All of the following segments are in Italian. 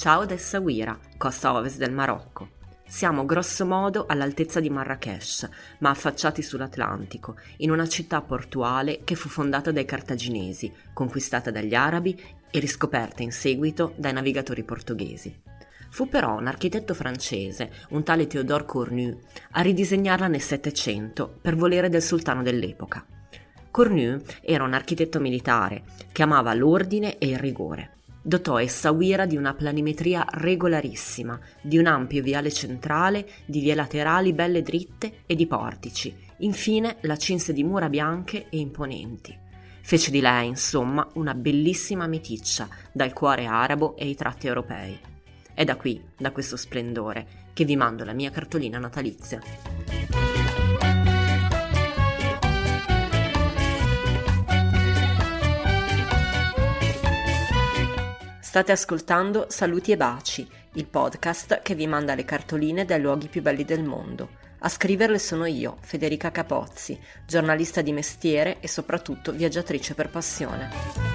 Ciao da Essaouira, costa ovest del Marocco. Siamo grosso modo all'altezza di Marrakech, ma affacciati sull'Atlantico, in una città portuale che fu fondata dai cartaginesi, conquistata dagli arabi e riscoperta in seguito dai navigatori portoghesi. Fu però un architetto francese, un tale Théodore Cornu, a ridisegnarla nel Settecento per volere del sultano dell'epoca. Cornu era un architetto militare che amava l'ordine e il rigore. Dotò Essaouira di una planimetria regolarissima, di un ampio viale centrale, di vie laterali belle dritte e di portici. Infine la cinse di mura bianche e imponenti. Fece di lei, insomma, una bellissima meticcia dal cuore arabo e i tratti europei. È da qui, da questo splendore, che vi mando la mia cartolina natalizia. State ascoltando Saluti e Baci, il podcast che vi manda le cartoline dai luoghi più belli del mondo. A scriverle sono io, Federica Capozzi, giornalista di mestiere e soprattutto viaggiatrice per passione.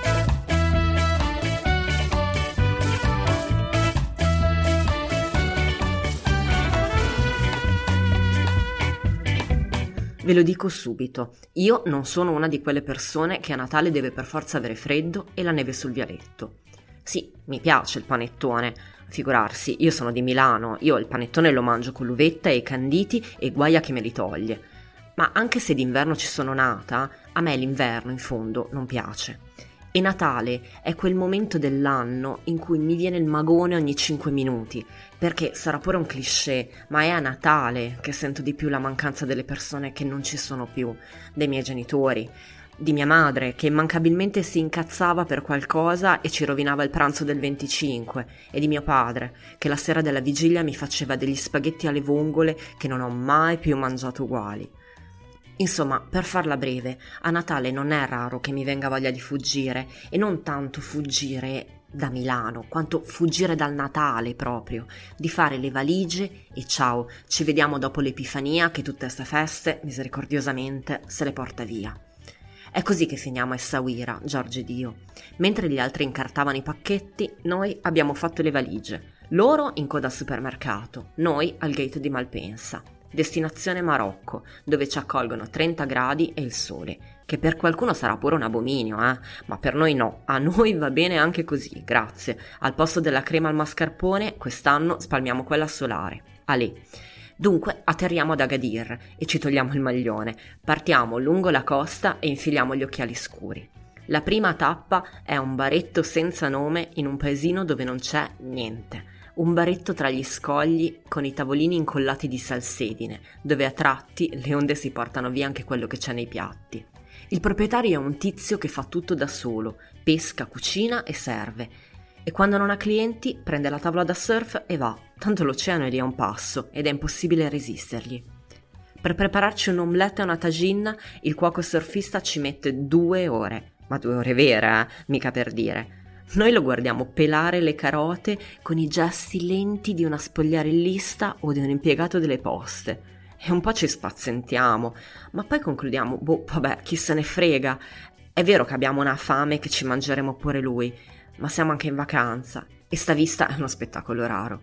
Ve lo dico subito, io non sono una di quelle persone che a Natale deve per forza avere freddo e la neve sul vialetto. Sì, mi piace il panettone, figurarsi, io sono di Milano, io il panettone lo mangio con l'uvetta e i canditi e guai a chi me li toglie. Ma anche se d'inverno ci sono nata, a me l'inverno in fondo non piace. E Natale è quel momento dell'anno in cui mi viene il magone ogni 5 minuti, perché sarà pure un cliché, ma è a Natale che sento di più la mancanza delle persone che non ci sono più, dei miei genitori, di mia madre che immancabilmente si incazzava per qualcosa e ci rovinava il pranzo del 25, e di mio padre che la sera della vigilia mi faceva degli spaghetti alle vongole che non ho mai più mangiato uguali. Insomma, per farla breve, a Natale non è raro che mi venga voglia di fuggire, e non tanto fuggire da Milano, quanto fuggire dal Natale proprio, di fare le valigie e ciao, ci vediamo dopo l'Epifania che tutte queste feste, misericordiosamente, se le porta via. È così che finiamo a Essaouira, Giorgio ed io. Mentre gli altri incartavano i pacchetti, noi abbiamo fatto le valigie. Loro in coda al supermercato, noi al gate di Malpensa. Destinazione Marocco, dove ci accolgono 30 gradi e il sole, che per qualcuno sarà pure un abominio, ma per noi no, a noi va bene anche così, grazie. Al posto della crema al mascarpone, quest'anno spalmiamo quella solare. Alè. Dunque atterriamo ad Agadir e ci togliamo il maglione, partiamo lungo la costa e infiliamo gli occhiali scuri. La prima tappa è un baretto senza nome in un paesino dove non c'è niente. Un baretto tra gli scogli con i tavolini incollati di salsedine, dove a tratti le onde si portano via anche quello che c'è nei piatti. Il proprietario è un tizio che fa tutto da solo, pesca, cucina e serve. E quando non ha clienti prende la tavola da surf e va, tanto l'oceano è lì a un passo ed è impossibile resistergli. Per prepararci un omelette e una tagine il cuoco surfista ci mette 2 ore, ma 2 ore vere, mica per dire. Noi lo guardiamo pelare le carote con i gesti lenti di una spogliarellista o di un impiegato delle poste. E un po' ci spazientiamo, ma poi concludiamo, vabbè, chi se ne frega. È vero che abbiamo una fame che ci mangeremo pure lui, ma siamo anche in vacanza e sta vista è uno spettacolo raro.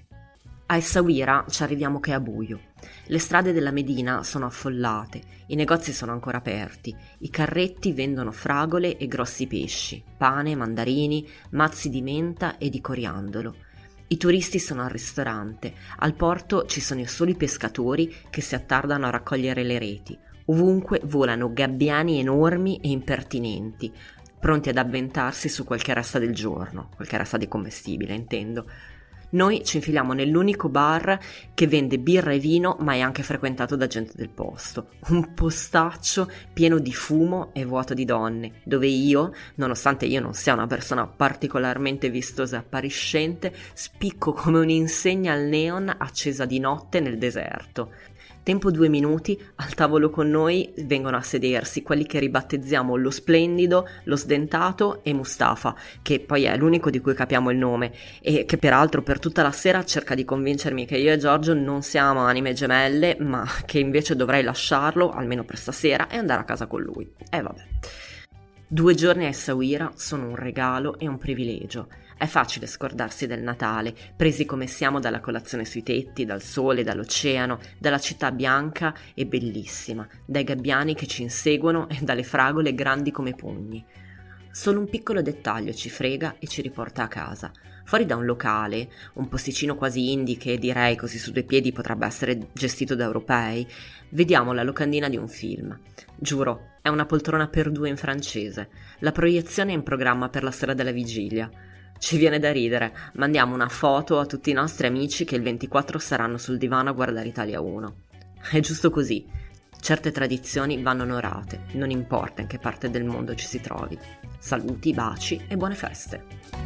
A Essaouira ci arriviamo che è buio. Le strade della Medina sono affollate, i negozi sono ancora aperti, i carretti vendono fragole e grossi pesci, pane, mandarini, mazzi di menta e di coriandolo. I turisti sono al ristorante, al porto ci sono i soli pescatori che si attardano a raccogliere le reti. Ovunque volano gabbiani enormi e impertinenti, pronti ad avventarsi su qualche resta del giorno, qualche resta di commestibile, intendo. Noi ci infiliamo nell'unico bar che vende birra e vino, ma è anche frequentato da gente del posto. Un postaccio pieno di fumo e vuoto di donne, dove io, nonostante io non sia una persona particolarmente vistosa e appariscente, spicco come un'insegna al neon accesa di notte nel deserto. Tempo 2 minuti, al tavolo con noi vengono a sedersi quelli che ribattezziamo lo Splendido, lo Sdentato e Mustafa, che poi è l'unico di cui capiamo il nome e che peraltro per tutta la sera cerca di convincermi che io e Giorgio non siamo anime gemelle, ma che invece dovrei lasciarlo, almeno per stasera, e andare a casa con lui. E vabbè. 2 giorni a Essaouira sono un regalo e un privilegio. È facile scordarsi del Natale, presi come siamo dalla colazione sui tetti, dal sole, dall'oceano, dalla città bianca e bellissima, dai gabbiani che ci inseguono e dalle fragole grandi come pugni. Solo un piccolo dettaglio ci frega e ci riporta a casa. Fuori da un locale, un posticino quasi indie che direi così su due piedi potrebbe essere gestito da europei, vediamo la locandina di un film. Giuro, è una poltrona per due in francese. La proiezione è in programma per la sera della vigilia. Ci viene da ridere, mandiamo una foto a tutti i nostri amici che il 24 saranno sul divano a guardare Italia 1. È giusto così. Certe tradizioni vanno onorate, non importa in che parte del mondo ci si trovi. Saluti, baci e buone feste.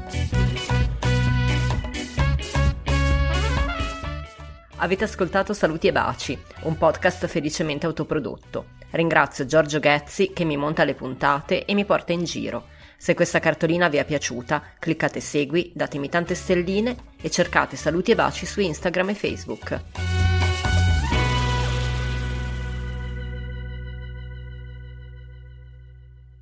Avete ascoltato Saluti e Baci, un podcast felicemente autoprodotto. Ringrazio Giorgio Ghezzi che mi monta le puntate e mi porta in giro. Se questa cartolina vi è piaciuta, cliccate segui, datemi tante stelline e cercate Saluti e Baci su Instagram e Facebook.